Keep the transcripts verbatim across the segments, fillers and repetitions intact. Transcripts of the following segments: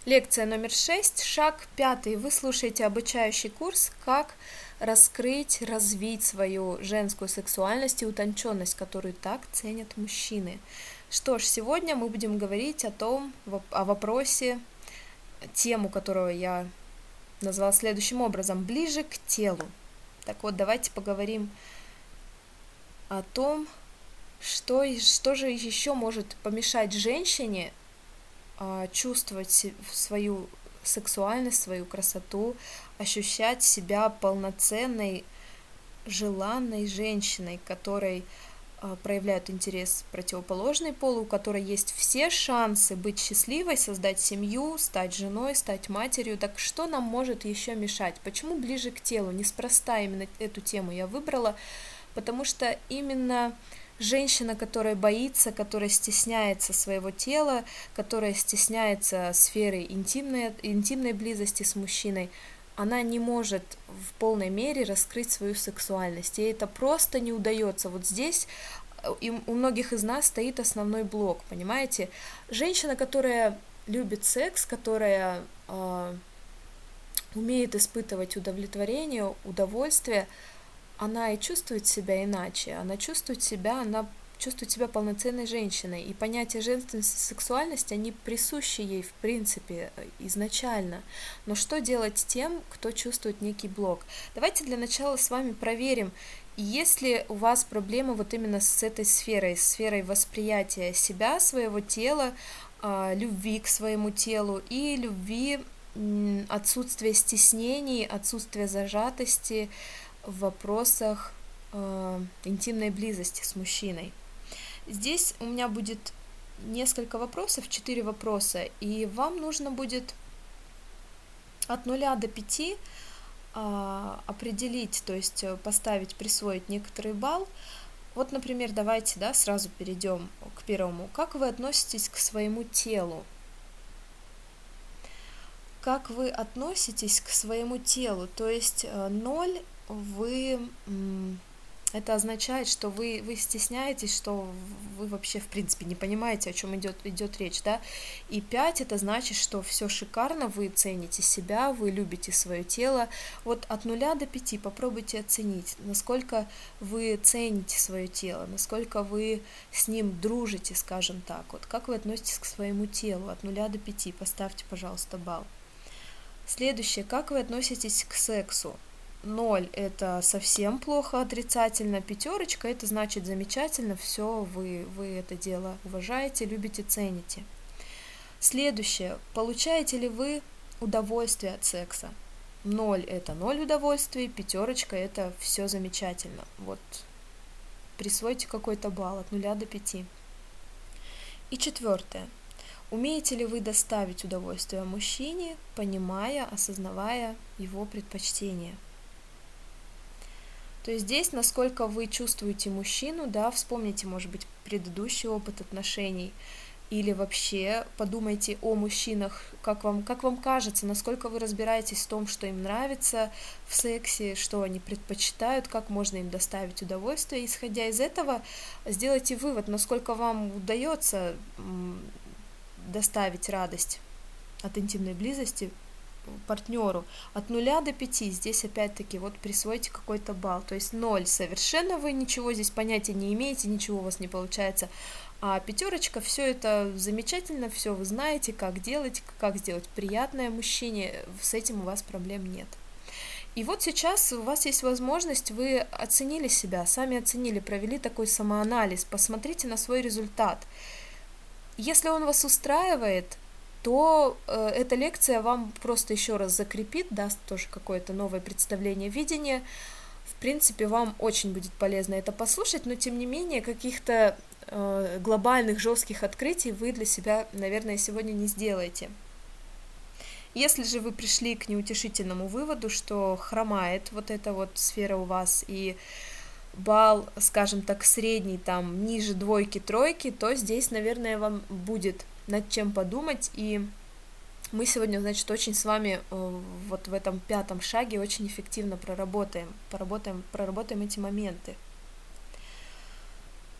Лекция номер шесть, шаг пятый. Вы слушаете обучающий курс «Как раскрыть, развить свою женскую сексуальность и утонченность, которую так ценят мужчины». Что ж, сегодня мы будем говорить о том, о вопросе, тему которого я назвала следующим образом: ближе к телу. Так вот, давайте поговорим о том, что, что же еще может помешать женщине чувствовать свою сексуальность, свою красоту, ощущать себя полноценной, желанной женщиной, которой проявляют интерес противоположный пол, у которой есть все шансы быть счастливой, создать семью, стать женой, стать матерью. Так что нам может еще мешать? Почему ближе к телу? Неспроста именно эту тему я выбрала, потому что именно женщина, которая боится, которая стесняется своего тела, которая стесняется сферы интимной, интимной близости с мужчиной, она не может в полной мере раскрыть свою сексуальность. Ей это просто не удается. Вот здесь у многих из нас стоит основной блок, понимаете? Женщина, которая любит секс, которая э, умеет испытывать удовлетворение, удовольствие, она и чувствует себя иначе, она чувствует себя, она чувствует себя полноценной женщиной, и понятия женственности, сексуальности, они присущи ей в принципе изначально. Но что делать тем, кто чувствует некий блок? Давайте для начала с вами проверим, есть ли у вас проблемы вот именно с этой сферой, сферой восприятия себя, своего тела, любви к своему телу и любви, отсутствия стеснений, отсутствия зажатости в вопросах э, интимной близости с мужчиной. Здесь у меня будет несколько вопросов, четыре вопроса, и вам нужно будет от нуля до пяти э, определить, то есть поставить, присвоить некоторый балл. Вот, например, давайте, да, сразу перейдем к первому. Как вы относитесь к своему телу? Как вы относитесь к своему телу? То есть ноль вы, это означает, что вы, вы стесняетесь, что вы вообще в принципе не понимаете, о чем идет, идет речь, да, и пять это значит, что все шикарно, вы цените себя, вы любите свое тело. Вот от нуля до пяти попробуйте оценить, насколько вы цените свое тело, насколько вы с ним дружите, скажем так, вот как вы относитесь к своему телу, от нуля до пяти, поставьте, пожалуйста, балл. Следующее, как вы относитесь к сексу? Ноль это совсем плохо, отрицательно. Пятерочка это значит замечательно, все, вы, вы это дело уважаете, любите, цените. Следующее, получаете ли вы удовольствие от секса? Ноль это ноль удовольствия, пятерочка это все замечательно. Вот, присвойте какой-то балл от нуля до пяти. И четвертое. Умеете ли вы доставить удовольствие мужчине, понимая, осознавая его предпочтения? То есть здесь, насколько вы чувствуете мужчину, да, вспомните, может быть, предыдущий опыт отношений, или вообще подумайте о мужчинах, как вам, как вам кажется, насколько вы разбираетесь в том, что им нравится в сексе, что они предпочитают, как можно им доставить удовольствие. Исходя из этого, сделайте вывод, насколько вам удается доставить радость от интимной близости партнеру. От нуля до пяти, здесь опять-таки вот присвойте какой-то балл, то есть ноль, совершенно вы ничего здесь понятия не имеете, ничего у вас не получается, а пятерочка, все это замечательно, все вы знаете, как делать, как сделать приятное мужчине, с этим у вас проблем нет. И вот сейчас у вас есть возможность, вы оценили себя, сами оценили, провели такой самоанализ, посмотрите на свой результат. Если он вас устраивает, то э, эта лекция вам просто еще раз закрепит, даст тоже какое-то новое представление, видение. В принципе, вам очень будет полезно это послушать, но тем не менее каких-то э, глобальных, жестких открытий вы для себя, наверное, сегодня не сделаете. Если же вы пришли к неутешительному выводу, что хромает вот эта вот сфера у вас, и балл, скажем так, средний, там, ниже двойки, тройки, то здесь, наверное, вам будет над чем подумать, и мы сегодня, значит, очень с вами э, вот в этом пятом шаге очень эффективно проработаем, поработаем, проработаем эти моменты.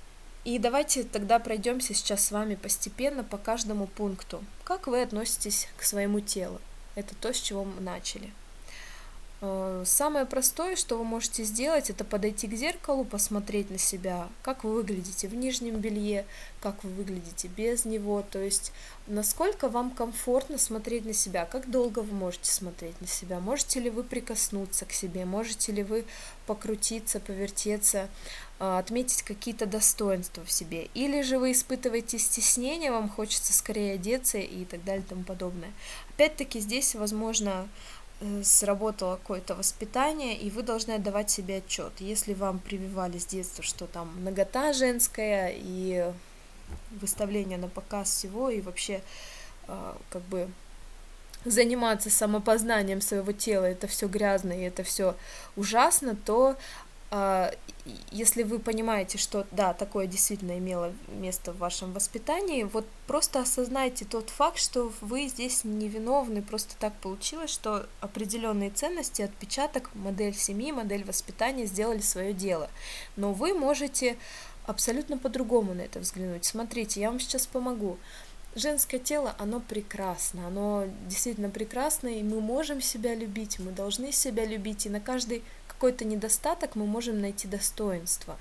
И давайте тогда пройдемся сейчас с вами постепенно по каждому пункту. Как вы относитесь к своему телу? Это то, с чего мы начали. Самое простое, что вы можете сделать, это подойти к зеркалу, посмотреть на себя, как вы выглядите в нижнем белье, как вы выглядите без него, то есть насколько вам комфортно смотреть на себя, как долго вы можете смотреть на себя, можете ли вы прикоснуться к себе, можете ли вы покрутиться, повертеться, отметить какие-то достоинства в себе, или же вы испытываете стеснение, вам хочется скорее одеться и так далее и тому подобное. Опять-таки здесь, возможно, сработало какое-то воспитание, и вы должны отдавать себе отчет. Если вам прививали с детства, что там нагота женская и выставление на показ всего, и вообще как бы заниматься самопознанием своего тела, это все грязно и это все ужасно, то если вы понимаете, что да, такое действительно имело место в вашем воспитании, вот просто осознайте тот факт, что вы здесь невиновны, просто так получилось, что определенные ценности, отпечаток, модель семьи, модель воспитания сделали свое дело. Но вы можете абсолютно по-другому на это взглянуть. Смотрите, я вам сейчас помогу. Женское тело, оно прекрасно, оно действительно прекрасно, и мы можем себя любить, мы должны себя любить, и на каждый какой-то недостаток мы можем найти достоинство.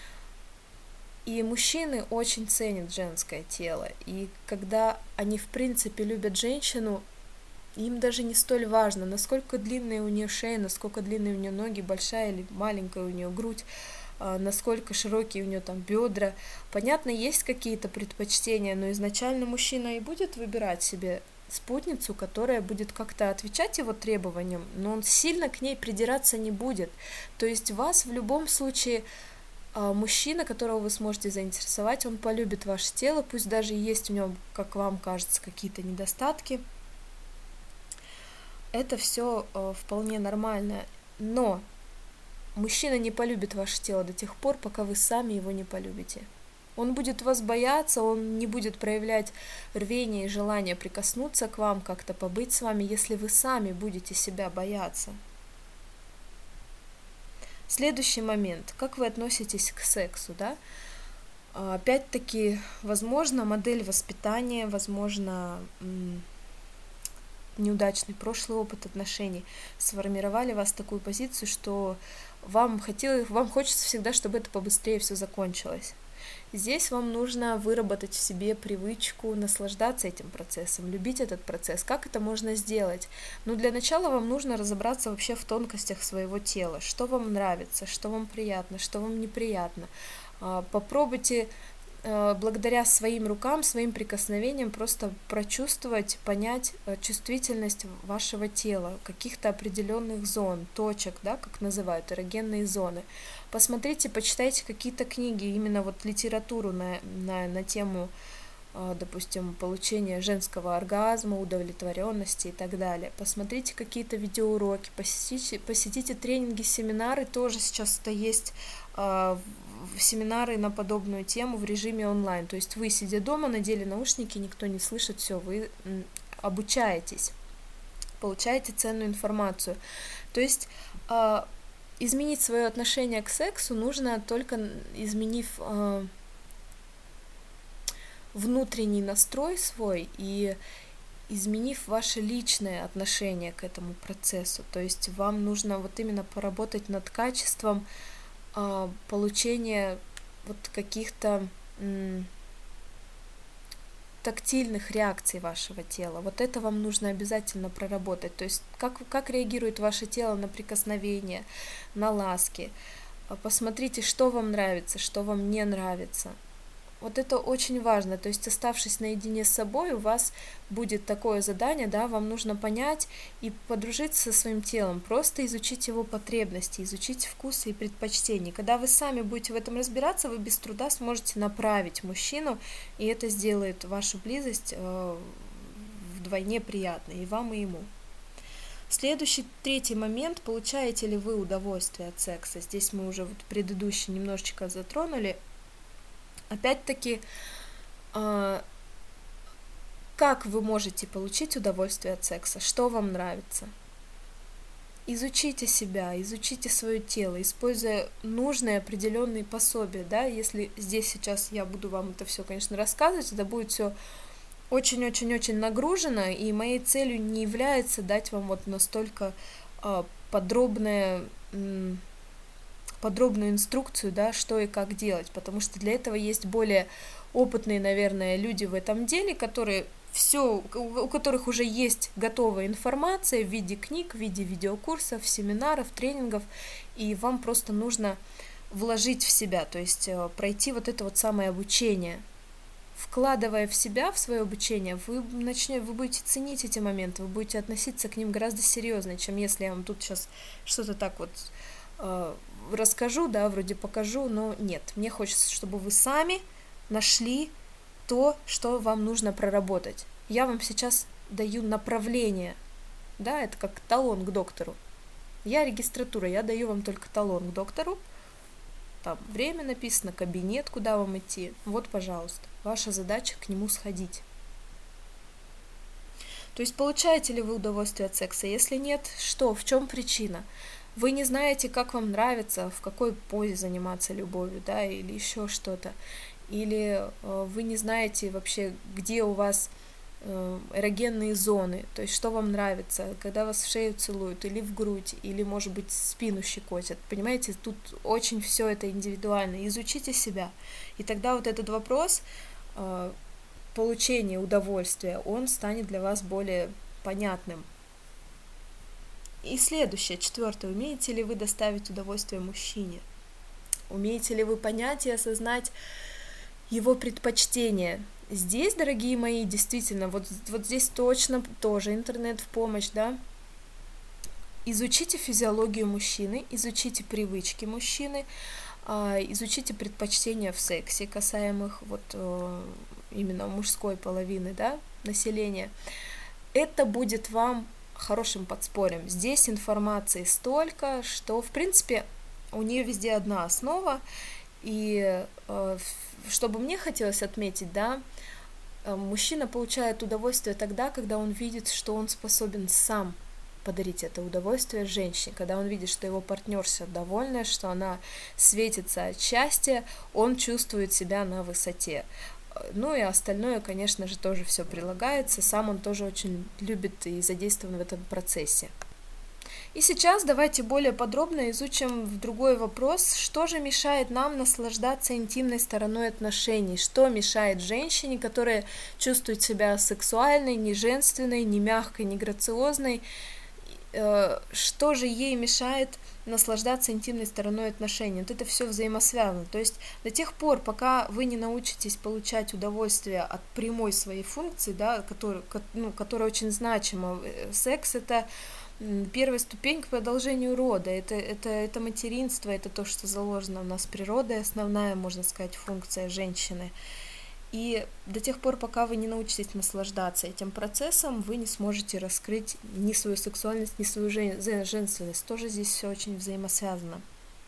И мужчины очень ценят женское тело, и когда они в принципе любят женщину, им даже не столь важно, насколько длинная у нее шея, насколько длинные у нее ноги, большая или маленькая у нее грудь, насколько широкие у нее там бедра. Понятно, есть какие-то предпочтения, но изначально мужчина и будет выбирать себе спутницу, которая будет как-то отвечать его требованиям, но он сильно к ней придираться не будет. То есть вас в любом случае мужчина, которого вы сможете заинтересовать, он полюбит ваше тело, пусть даже есть в нем, как вам кажется, какие-то недостатки. Это все вполне нормально, но мужчина не полюбит ваше тело до тех пор, пока вы сами его не полюбите. Он будет вас бояться, он не будет проявлять рвение и желание прикоснуться к вам, как-то побыть с вами, если вы сами будете себя бояться. Следующий момент. Как вы относитесь к сексу, да? Опять-таки, возможно, модель воспитания, возможно, неудачный прошлый опыт отношений сформировали вас в такую позицию, что вам хотелось, вам хочется всегда, чтобы это побыстрее все закончилось. Здесь вам нужно выработать в себе привычку наслаждаться этим процессом, любить этот процесс. Как это можно сделать? Ну, для начала вам нужно разобраться вообще в тонкостях своего тела, что вам нравится, что вам приятно, что вам неприятно. Попробуйте благодаря своим рукам, своим прикосновениям просто прочувствовать, понять чувствительность вашего тела, каких-то определенных зон, точек, да, как называют, эрогенные зоны. Посмотрите, почитайте какие-то книги, именно вот литературу на, на, на тему, допустим, получения женского оргазма, удовлетворенности и так далее. Посмотрите какие-то видеоуроки, посетите, посетите тренинги, семинары, тоже сейчас это есть, семинары на подобную тему в режиме онлайн. То есть вы, сидя дома, надели наушники, никто не слышит, все, вы обучаетесь, получаете ценную информацию. То есть э, изменить свое отношение к сексу нужно только изменив э, внутренний настрой свой и изменив ваше личное отношение к этому процессу. То есть вам нужно вот именно поработать над качеством получение вот каких-то м, тактильных реакций вашего тела. Вот это вам нужно обязательно проработать. То есть как, как реагирует ваше тело на прикосновение, на ласки. Посмотрите, что вам нравится, что вам не нравится. Вот это очень важно, то есть оставшись наедине с собой, у вас будет такое задание, да, вам нужно понять и подружиться со своим телом, просто изучить его потребности, изучить вкусы и предпочтения. Когда вы сами будете в этом разбираться, вы без труда сможете направить мужчину, и это сделает вашу близость вдвойне приятной и вам, и ему. Следующий, третий момент, получаете ли вы удовольствие от секса? Здесь мы уже вот предыдущий немножечко затронули. Опять-таки, как вы можете получить удовольствие от секса? Что вам нравится? изучите себя, изучите свое тело, используя нужные определенные пособия, да, если здесь сейчас я буду вам это все, конечно, рассказывать, это будет все очень-очень-очень нагружено, и моей целью не является дать вам вот настолько э, подробное, м, подробную инструкцию, да, что и как делать, потому что для этого есть более опытные, наверное, люди в этом деле, которые все, у которых уже есть готовая информация в виде книг, в виде видеокурсов, семинаров, тренингов, и вам просто нужно вложить в себя, то есть пройти вот это вот самое обучение. Вкладывая в себя, в свое обучение, вы начнете, вы будете ценить эти моменты, вы будете относиться к ним гораздо серьезнее, чем если я вам тут сейчас что-то так вот э, расскажу, да, вроде покажу, но нет, мне хочется, чтобы вы сами нашли то, что вам нужно проработать. Я вам сейчас даю направление, да, это как талон к доктору. Я регистратура, я даю вам только талон к доктору, там время написано, кабинет, куда вам идти, вот, пожалуйста, ваша задача к нему сходить. То есть получаете ли вы удовольствие от секса? Если нет, что, в чем причина? Вы не знаете, как вам нравится, в какой позе заниматься любовью, да, или еще что-то. Или э, вы не знаете вообще, где у вас э, эрогенные зоны, то есть что вам нравится, когда вас в шею целуют, или в грудь, или, может быть, спину щекотят. Понимаете, тут очень все это индивидуально. Изучите себя. И тогда вот этот вопрос э, получения удовольствия, он станет для вас более понятным. И следующее, четвертое. Умеете ли вы доставить удовольствие мужчине? Умеете ли вы понять и осознать его предпочтения? Здесь, дорогие мои, действительно, вот, вот здесь точно тоже интернет в помощь, да. Изучите физиологию мужчины, изучите привычки мужчины, изучите предпочтения в сексе, касаемых вот именно мужской половины, да, населения. Это будет вам хорошим подспорьем. Здесь информации столько, что, в принципе, у нее везде одна основа, и э, что бы мне хотелось отметить, да, мужчина получает удовольствие тогда, когда он видит, что он способен сам подарить это удовольствие женщине, когда он видит, что его партнерша довольна, что она светится от счастья, он чувствует себя на высоте. Ну и остальное, конечно же, тоже все прилагается, сам он тоже очень любит и задействован в этом процессе. И сейчас давайте более подробно изучим другой вопрос, что же мешает нам наслаждаться интимной стороной отношений, что мешает женщине, которая чувствует себя сексуальной, не женственной, не мягкой, не грациозной, что же ей мешает наслаждаться интимной стороной отношений. Вот это все взаимосвязано. То есть до тех пор, пока вы не научитесь получать удовольствие от прямой своей функции, да, который, ну, которая очень значима, секс — это первая ступень к продолжению рода, это, это, это материнство, это то, что заложено у нас природой, основная, можно сказать, функция женщины. И до тех пор, пока вы не научитесь наслаждаться этим процессом, вы не сможете раскрыть ни свою сексуальность, ни свою женственность. Тоже здесь все очень взаимосвязано.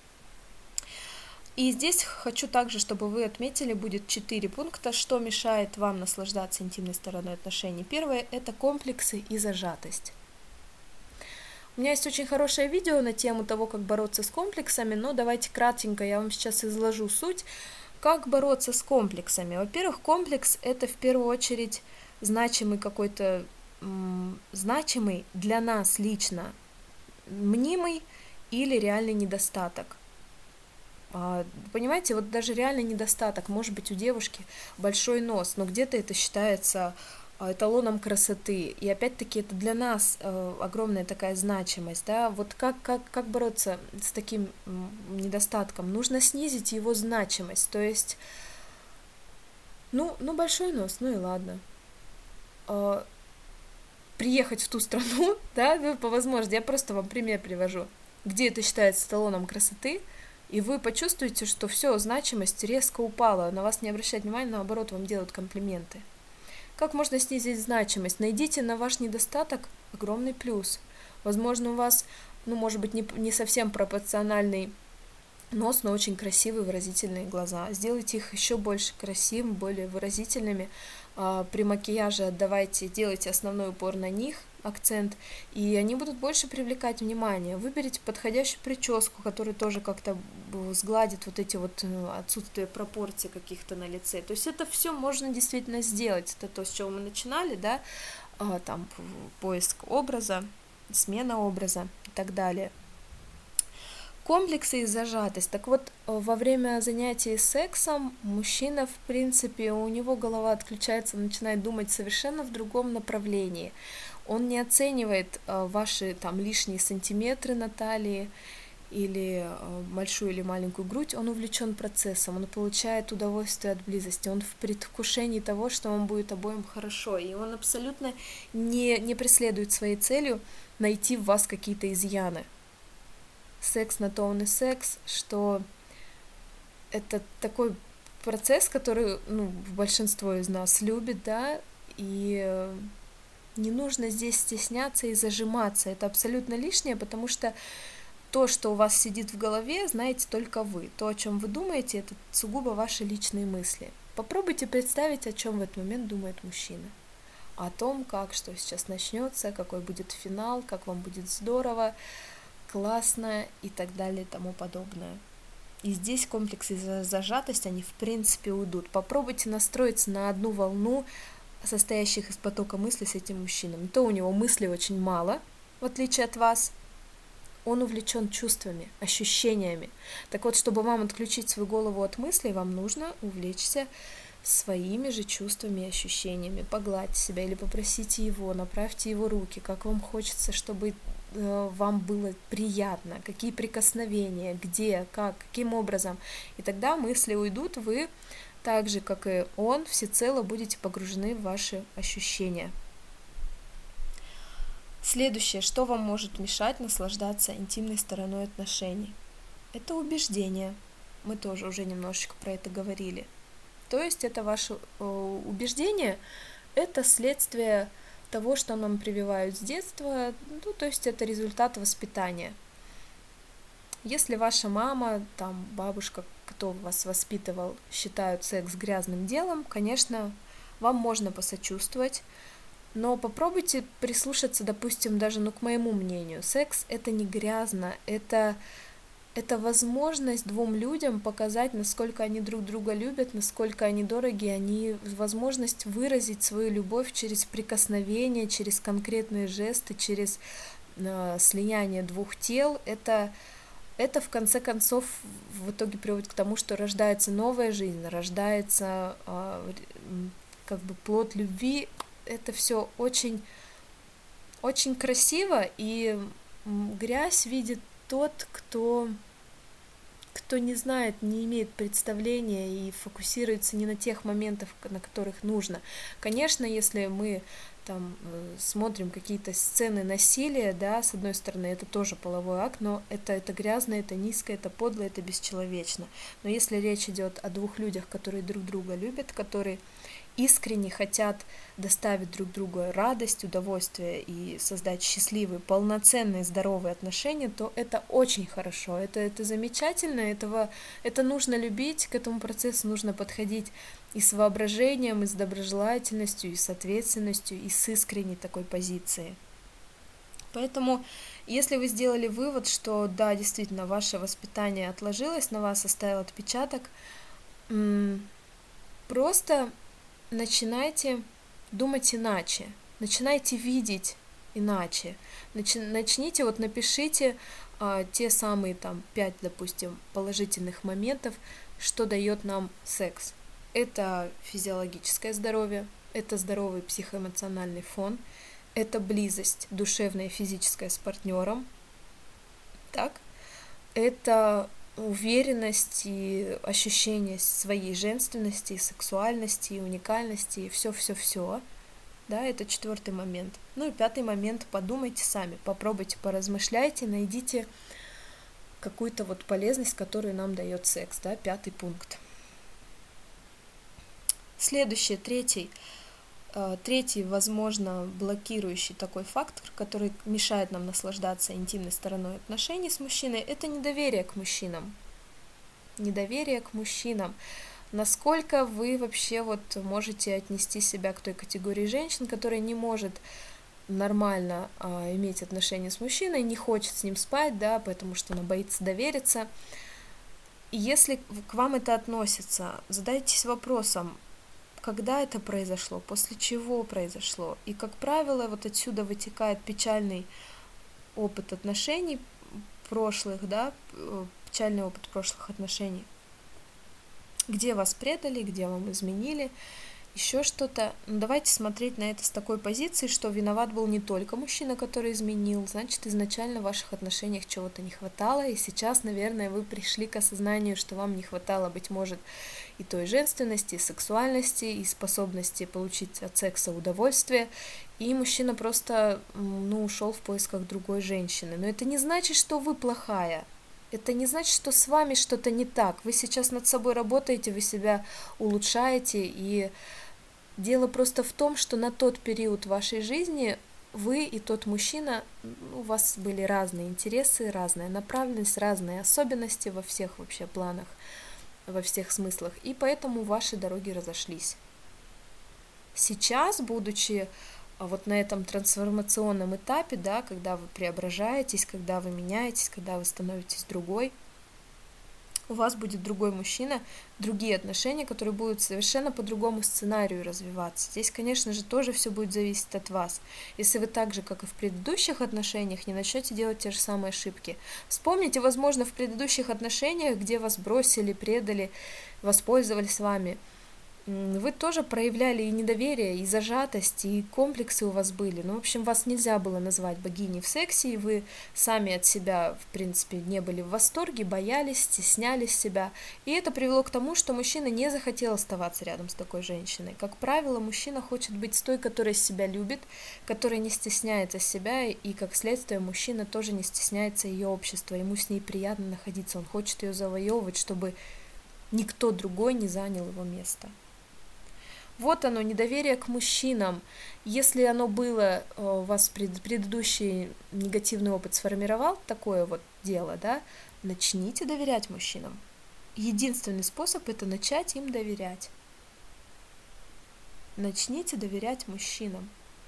И здесь хочу также, чтобы вы отметили, будет четыре пункта, что мешает вам наслаждаться интимной стороной отношений. Первое – это комплексы и зажатость. У меня есть очень хорошее видео на тему того, как бороться с комплексами, но давайте кратенько я вам сейчас изложу суть. Как бороться с комплексами? Во-первых, комплекс – это в первую очередь значимый какой-то, м, значимый для нас лично, мнимый или реальный недостаток. А, понимаете, вот даже реальный недостаток, может быть, у девушки большой нос, но где-то это считается эталоном красоты. И опять-таки это для нас э, огромная такая значимость. Да? Вот как, как, как бороться с таким недостатком? Нужно снизить его значимость. То есть, ну, ну большой нос, ну и ладно. Э, приехать в ту страну, да, ну, по возможности, я просто вам пример привожу, где это считается эталоном красоты, и вы почувствуете, что все, значимость резко упала, на вас не обращают внимания, наоборот, вам делают комплименты. Как можно снизить значимость? Найдите на ваш недостаток огромный плюс. Возможно, у вас, ну, может быть, не, не совсем пропорциональный нос, но очень красивые выразительные глаза. Сделайте их еще больше красивыми, более выразительными. При макияже отдавайте, делайте основной упор на них, акцент, и они будут больше привлекать внимание. Выберите подходящую прическу, которая тоже как-то сгладит вот эти вот отсутствие пропорций каких-то на лице. То есть это все можно действительно сделать. Это то, с чего мы начинали, да, там поиск образа, смена образа и так далее. Комплексы и зажатость. Так вот, во время занятий сексом мужчина, в принципе, у него голова отключается, начинает думать совершенно в другом направлении. Он не оценивает ваши там лишние сантиметры на талии или большую или маленькую грудь, он увлечен процессом, он получает удовольствие от близости, он в предвкушении того, что вам будет обоим хорошо, и он абсолютно не, не преследует своей целью найти в вас какие-то изъяны. Секс на то он и секс, что это такой процесс, который, ну, большинство из нас любит, да, и не нужно здесь стесняться и зажиматься, это абсолютно лишнее, потому что то, что у вас сидит в голове, знаете только вы, то, о чем вы думаете, это сугубо ваши личные мысли. Попробуйте представить, о чем в этот момент думает мужчина, о том, как что сейчас начнется, какой будет финал, как вам будет здорово, классно и так далее и тому подобное. И здесь комплексы и зажатость, они в принципе уйдут. Попробуйте настроиться на одну волну, состоящих из потока мыслей с этим мужчиной. То у него мыслей очень мало, в отличие от вас. Он увлечен чувствами, ощущениями. Так вот, чтобы вам отключить свою голову от мыслей, вам нужно увлечься своими же чувствами и ощущениями. Погладьте себя или попросите его, направьте его руки, как вам хочется, чтобы вам было приятно, какие прикосновения, где, как, каким образом. И тогда мысли уйдут, вы так же, как и он, всецело будете погружены в ваши ощущения. Следующее, что вам может мешать наслаждаться интимной стороной отношений, это убеждения. Мы тоже уже немножечко про это говорили. То есть это ваше э, убеждение, это следствие того, что нам прививают с детства, ну, то есть это результат воспитания. Если ваша мама, там, бабушка, кто вас воспитывал, считают секс грязным делом, конечно, вам можно посочувствовать, но попробуйте прислушаться, допустим, даже ну, к моему мнению. Секс — это не грязно, это, это возможность двум людям показать, насколько они друг друга любят, насколько они дороги, они возможность выразить свою любовь через прикосновение, через конкретные жесты, через э, слияние двух тел. Это, это в конце концов в итоге приводит к тому, что рождается новая жизнь, рождается э, как бы плод любви. Это все очень, очень красиво, и грязь видит тот, кто, кто не знает, не имеет представления и фокусируется не на тех моментах, на которых нужно. Конечно, если мы там смотрим какие-то сцены насилия, да, с одной стороны, это тоже половой акт, но это, это грязно, это низко, это подло, это бесчеловечно. Но если речь идет о двух людях, которые друг друга любят, которые искренне хотят доставить друг другу радость, удовольствие и создать счастливые, полноценные, здоровые отношения, то это очень хорошо, это, это замечательно, этого, это нужно любить, к этому процессу нужно подходить и с воображением, и с доброжелательностью, и с ответственностью, и с искренней такой позицией. Поэтому, если вы сделали вывод, что да, действительно, ваше воспитание отложилось на вас, оставило отпечаток, просто начинайте думать иначе, начинайте видеть иначе, Начи- начните, вот напишите а, те самые там пять, допустим, положительных моментов, что дает нам секс. Это физиологическое здоровье, это здоровый психоэмоциональный фон, это близость душевная и физическая с партнером, так, это уверенность и ощущение своей женственности, сексуальности, уникальности, и все-все-все, да, это четвертый момент. Ну и пятый момент, подумайте сами, попробуйте, поразмышляйте, найдите какую-то вот полезность, которую нам дает секс, да, пятый пункт. Следующий, третий, третий, возможно, блокирующий такой фактор, который мешает нам наслаждаться интимной стороной отношений с мужчиной, это недоверие к мужчинам. Недоверие к мужчинам. Насколько вы вообще вот можете отнести себя к той категории женщин, которая не может нормально а, иметь отношения с мужчиной, не хочет с ним спать, да, потому что она боится довериться. И если к вам это относится, задайтесь вопросом, когда это произошло, после чего произошло. И, как правило, вот отсюда вытекает печальный опыт отношений прошлых, да, печальный опыт прошлых отношений, где вас предали, где вам изменили, еще что-то. Но давайте смотреть на это с такой позиции, что виноват был не только мужчина, который изменил, значит, изначально в ваших отношениях чего-то не хватало, и сейчас, наверное, вы пришли к осознанию, что вам не хватало, быть может, и той женственности, и сексуальности, и способности получить от секса удовольствие, и мужчина просто, ну, ушел в поисках другой женщины. Но это не значит, что вы плохая. Это не значит, что с вами что-то не так. Вы сейчас над собой работаете, вы себя улучшаете, и дело просто в том, что на тот период вашей жизни вы и тот мужчина, у вас были разные интересы, разная направленность, разные особенности во всех вообще планах, во всех смыслах, и поэтому ваши дороги разошлись. Сейчас, будучи вот на этом трансформационном этапе, да, когда вы преображаетесь, когда вы меняетесь, когда вы становитесь другой, у вас будет другой мужчина, другие отношения, которые будут совершенно по другому сценарию развиваться. Здесь, конечно же, тоже все будет зависеть от вас. Если вы так же, как и в предыдущих отношениях, не начнете делать те же самые ошибки. Вспомните, возможно, в предыдущих отношениях, где вас бросили, предали, воспользовались вами, вы тоже проявляли и недоверие, и зажатость, и комплексы у вас были. Ну, в общем, вас нельзя было назвать богиней в сексе, и вы сами от себя, в принципе, не были в восторге, боялись, стеснялись себя. И это привело к тому, что мужчина не захотел оставаться рядом с такой женщиной. Как правило, мужчина хочет быть с той, которая себя любит, которая не стесняется себя, и, как следствие, мужчина тоже не стесняется ее общества. Ему с ней приятно находиться, он хочет ее завоевывать, чтобы никто другой не занял его место. Вот оно, недоверие к мужчинам. Если оно было, у вас пред, предыдущий негативный опыт сформировал такое вот дело, да, начните доверять мужчинам. Единственный способ — это начать им доверять. Начните доверять мужчинам.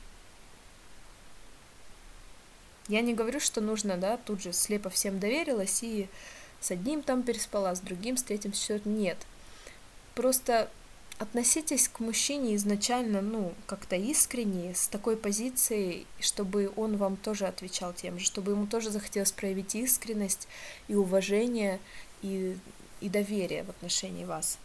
Я не говорю, что нужно, да, тут же слепо всем доверилась и с одним там переспала, с другим, с третьим все. Нет. Просто относитесь к мужчине изначально, ну, как-то искренне, с такой позицией, чтобы он вам тоже отвечал тем же, чтобы ему тоже захотелось проявить искренность и уважение, и, и доверие в отношении вас.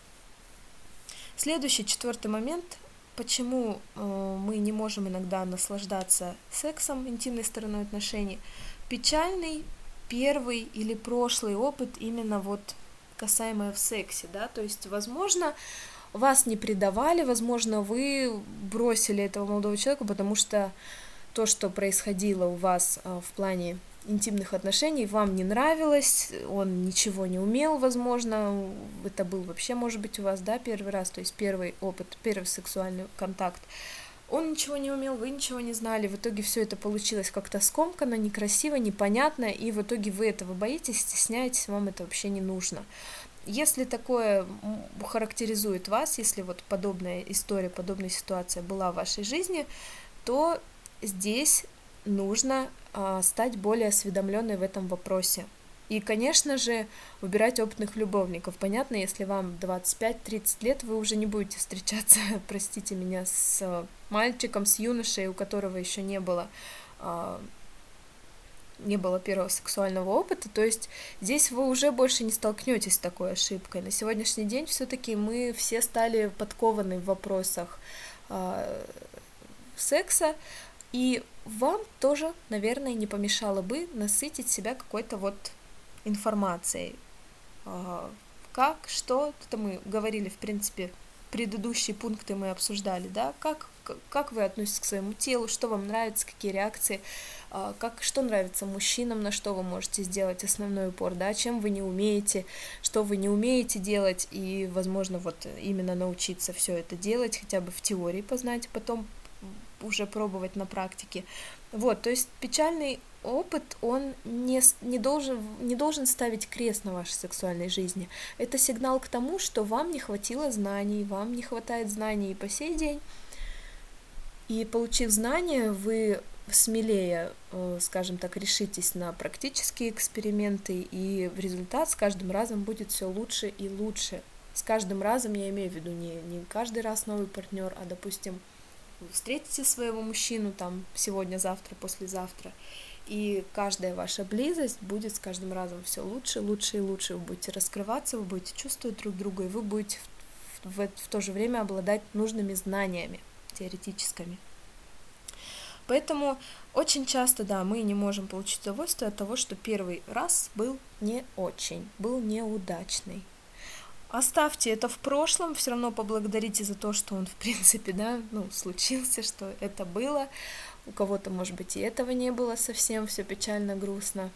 Следующий, четвертый момент, почему э, мы не можем иногда наслаждаться сексом, интимной стороной отношений. Печальный первый или прошлый опыт именно вот касаемо в сексе, да, то есть, возможно, вас не предавали, возможно, вы бросили этого молодого человека, потому что то, что происходило у вас в плане интимных отношений, вам не нравилось, он ничего не умел, возможно, это был вообще, может быть, у вас, да, первый раз, то есть первый опыт, первый сексуальный контакт. Он ничего не умел, вы ничего не знали, в итоге все это получилось как-то скомканно, некрасиво, непонятно, и в итоге вы этого боитесь, стесняетесь, вам это вообще не нужно. Если такое характеризует вас, если вот подобная история, подобная ситуация была в вашей жизни, то здесь нужно а, стать более осведомленной в этом вопросе. И, конечно же, выбирать опытных любовников. Понятно, если вам двадцать пять тридцать лет, вы уже не будете встречаться, простите меня, с мальчиком, с юношей, у которого еще не было а, не было первого сексуального опыта, то есть здесь вы уже больше не столкнетесь с такой ошибкой. На сегодняшний день все-таки мы все стали подкованы в вопросах э, секса, и вам тоже, наверное, не помешало бы насытить себя какой-то вот информацией. Э, как, что, это мы говорили, в принципе, предыдущие пункты мы обсуждали, да, как, как вы относитесь к своему телу, что вам нравится, какие реакции, как, что нравится мужчинам, на что вы можете сделать основной упор, да, чем вы не умеете, что вы не умеете делать, и, возможно, вот именно научиться все это делать, хотя бы в теории познать, потом уже пробовать на практике. Вот, то есть печальный опыт, он не, не, должен, не должен ставить крест на вашей сексуальной жизни. Это сигнал к тому, что вам не хватило знаний, вам не хватает знаний и по сей день. И получив знания, вы смелее, скажем так, решитесь на практические эксперименты, и результат с каждым разом будет все лучше и лучше. С каждым разом я имею в виду не, не каждый раз новый партнер, а, допустим, вы встретите своего мужчину там сегодня, завтра, послезавтра, и каждая ваша близость будет с каждым разом все лучше, лучше и лучше. Вы будете раскрываться, вы будете чувствовать друг друга, и вы будете в, в, в то же время обладать нужными знаниями теоретическими. Поэтому очень часто, да, мы не можем получить удовольствие от того, что первый раз был не очень, был неудачный. Оставьте это в прошлом, все равно поблагодарите за то, что он, в принципе, да, ну, случился, что это было. У кого-то, может быть, и этого не было совсем, все печально, грустно.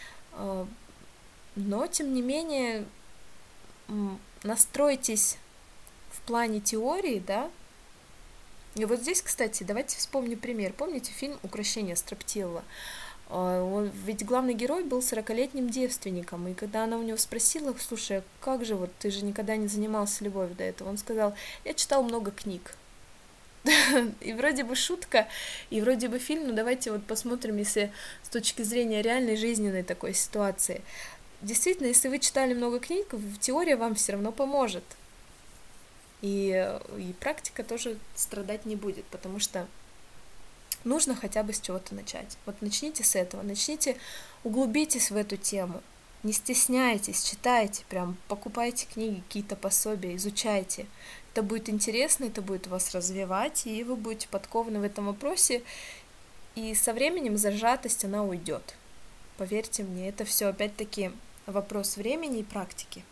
Но, тем не менее, настройтесь в плане теории, да. И вот здесь, кстати, давайте вспомним пример. Помните фильм «Укрощение Строптивого»? Ведь главный герой был сорокалетним девственником, и когда она у него спросила: слушай, а как же, вот ты же никогда не занимался любовью до этого, он сказал: я читал много книг. И вроде бы шутка, и вроде бы фильм, но давайте вот посмотрим, если с точки зрения реальной жизненной такой ситуации. Действительно, если вы читали много книг, теория вам все равно поможет. И, и практика тоже страдать не будет, потому что нужно хотя бы с чего-то начать. Вот начните с этого, начните, углубитесь в эту тему, не стесняйтесь, читайте, прям покупайте книги, какие-то пособия, изучайте. Это будет интересно, это будет вас развивать, и вы будете подкованы в этом вопросе, и со временем зажатость, она уйдет. Поверьте мне, это все опять-таки вопрос времени и практики.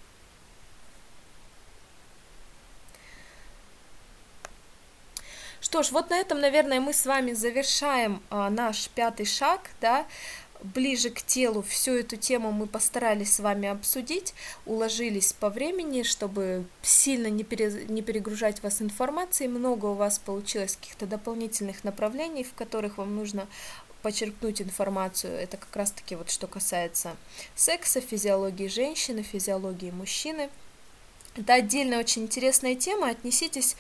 Что ж, вот на этом, наверное, мы с вами завершаем а, наш пятый шаг, да, ближе к телу. Всю эту тему мы постарались с вами обсудить, уложились по времени, чтобы сильно не, пере, не перегружать вас информацией. Много у вас получилось каких-то дополнительных направлений, в которых вам нужно почерпнуть информацию. Это как раз-таки вот что касается секса, физиологии женщины, физиологии мужчины. Это отдельная очень интересная тема, отнеситесь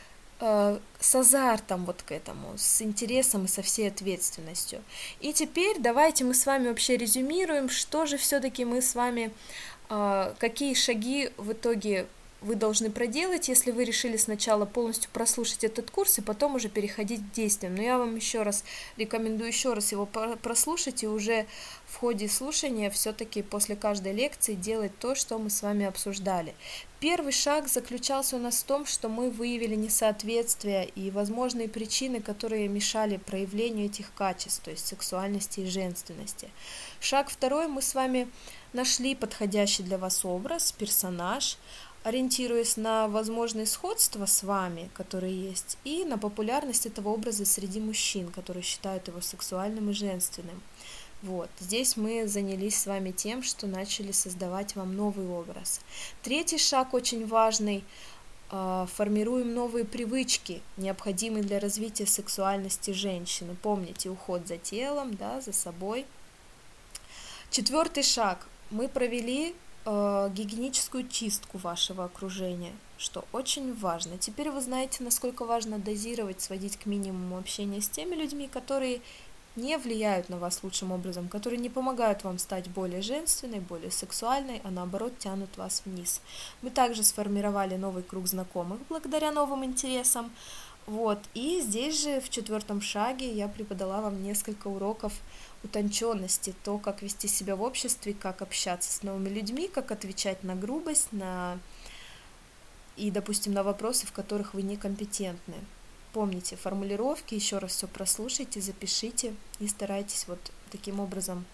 с азартом вот к этому, с интересом и со всей ответственностью. И теперь давайте мы с вами вообще резюмируем, что же все-таки мы с вами, какие шаги в итоге вы должны проделать, если вы решили сначала полностью прослушать этот курс и потом уже переходить к действиям. Но я вам еще раз рекомендую еще раз его прослушать и уже в ходе слушания все-таки после каждой лекции делать то, что мы с вами обсуждали. Первый шаг заключался у нас в том, что мы выявили несоответствия и возможные причины, которые мешали проявлению этих качеств, то есть сексуальности и женственности. Шаг второй, мы с вами нашли подходящий для вас образ, персонаж, ориентируясь на возможные сходства с вами, которые есть, и на популярность этого образа среди мужчин, которые считают его сексуальным и женственным. Вот, здесь мы занялись с вами тем, что начали создавать вам новый образ. Третий шаг очень важный. Формируем новые привычки, необходимые для развития сексуальности женщины. Помните, уход за телом, да, за собой. Четвертый шаг. Мы провели гигиеническую чистку вашего окружения, что очень важно. Теперь вы знаете, насколько важно дозировать, сводить к минимуму общение с теми людьми, которые не влияют на вас лучшим образом, которые не помогают вам стать более женственной, более сексуальной, а наоборот тянут вас вниз. Мы также сформировали новый круг знакомых благодаря новым интересам. Вот. И здесь же в четвертом шаге я преподала вам несколько уроков утонченности, то, как вести себя в обществе, как общаться с новыми людьми, как отвечать на грубость, на и, допустим, на вопросы, в которых вы некомпетентны. Помните формулировки, еще раз все прослушайте, запишите и старайтесь вот таким образом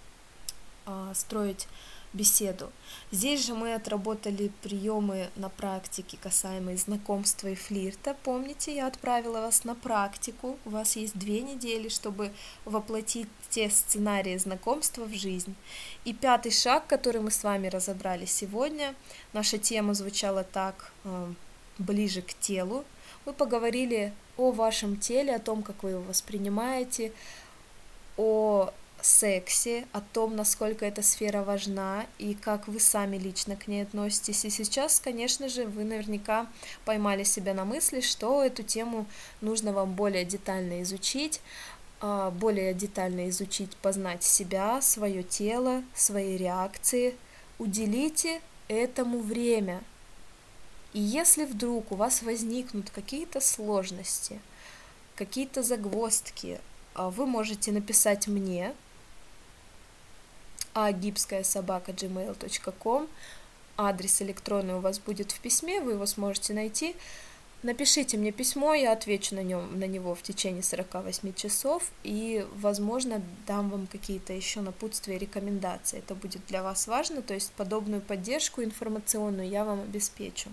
э, строить беседу. Здесь же мы отработали приемы на практике, касаемые знакомства и флирта. Помните, я отправила вас на практику. У вас есть две недели, чтобы воплотить те сценарии знакомства в жизнь. И пятый шаг, который мы с вами разобрали сегодня, наша тема звучала так: э, ближе к телу. Мы поговорили о вашем теле, о том, как вы его воспринимаете, о сексе, о том, насколько эта сфера важна и как вы сами лично к ней относитесь. И сейчас, конечно же, вы наверняка поймали себя на мысли, что эту тему нужно вам более детально изучить, более детально изучить, познать себя, свое тело, свои реакции. Уделите этому время. И если вдруг у вас возникнут какие-то сложности, какие-то загвоздки, вы можете написать мне а гибская собака джимейл точка ком. Адрес электронный у вас будет в письме, вы его сможете найти. Напишите мне письмо, я отвечу на, нем, на него в течение сорока восьми часов и, возможно, дам вам какие-то еще напутствия и рекомендации. Это будет для вас важно, то есть подобную поддержку информационную я вам обеспечу.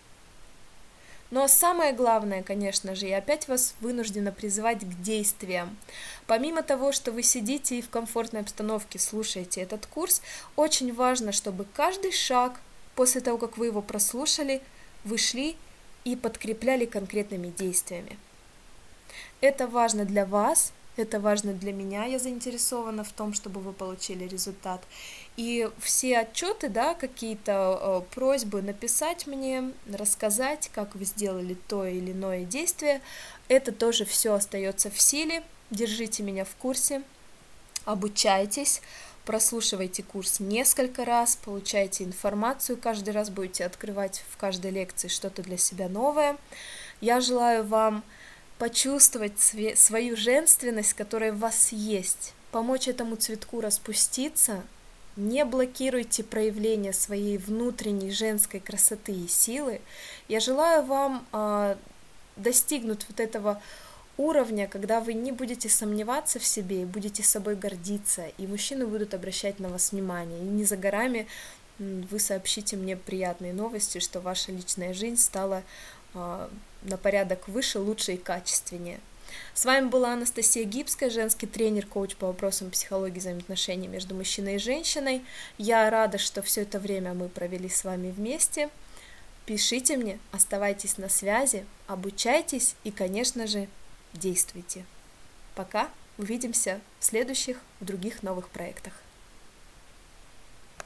Но самое главное, конечно же, я опять вас вынуждена призывать к действиям. Помимо того, что вы сидите и в комфортной обстановке слушаете этот курс, очень важно, чтобы каждый шаг после того, как вы его прослушали, вы шли и подкрепляли конкретными действиями. Это важно для вас, это важно для меня, я заинтересована в том, чтобы вы получили результат. И все отчеты, да, какие-то э, просьбы написать мне, рассказать, как вы сделали то или иное действие, это тоже все остается в силе. Держите меня в курсе, обучайтесь, прослушивайте курс несколько раз, получайте информацию, каждый раз будете открывать в каждой лекции что-то для себя новое. Я желаю вам почувствовать свою женственность, которая в вас есть, помочь этому цветку распуститься. Не блокируйте проявление своей внутренней женской красоты и силы. Я желаю вам э, достигнуть вот этого уровня, когда вы не будете сомневаться в себе и будете собой гордиться, и мужчины будут обращать на вас внимание. И не за горами вы сообщите мне приятные новости, что ваша личная жизнь стала э, на порядок выше, лучше и качественнее. С вами была Анастасия Гибская, женский тренер, коуч по вопросам психологии взаимоотношений между мужчиной и женщиной. Я рада, что все это время мы провели с вами вместе. Пишите мне, оставайтесь на связи, обучайтесь и, конечно же, действуйте. Пока, увидимся в следующих, в других новых проектах.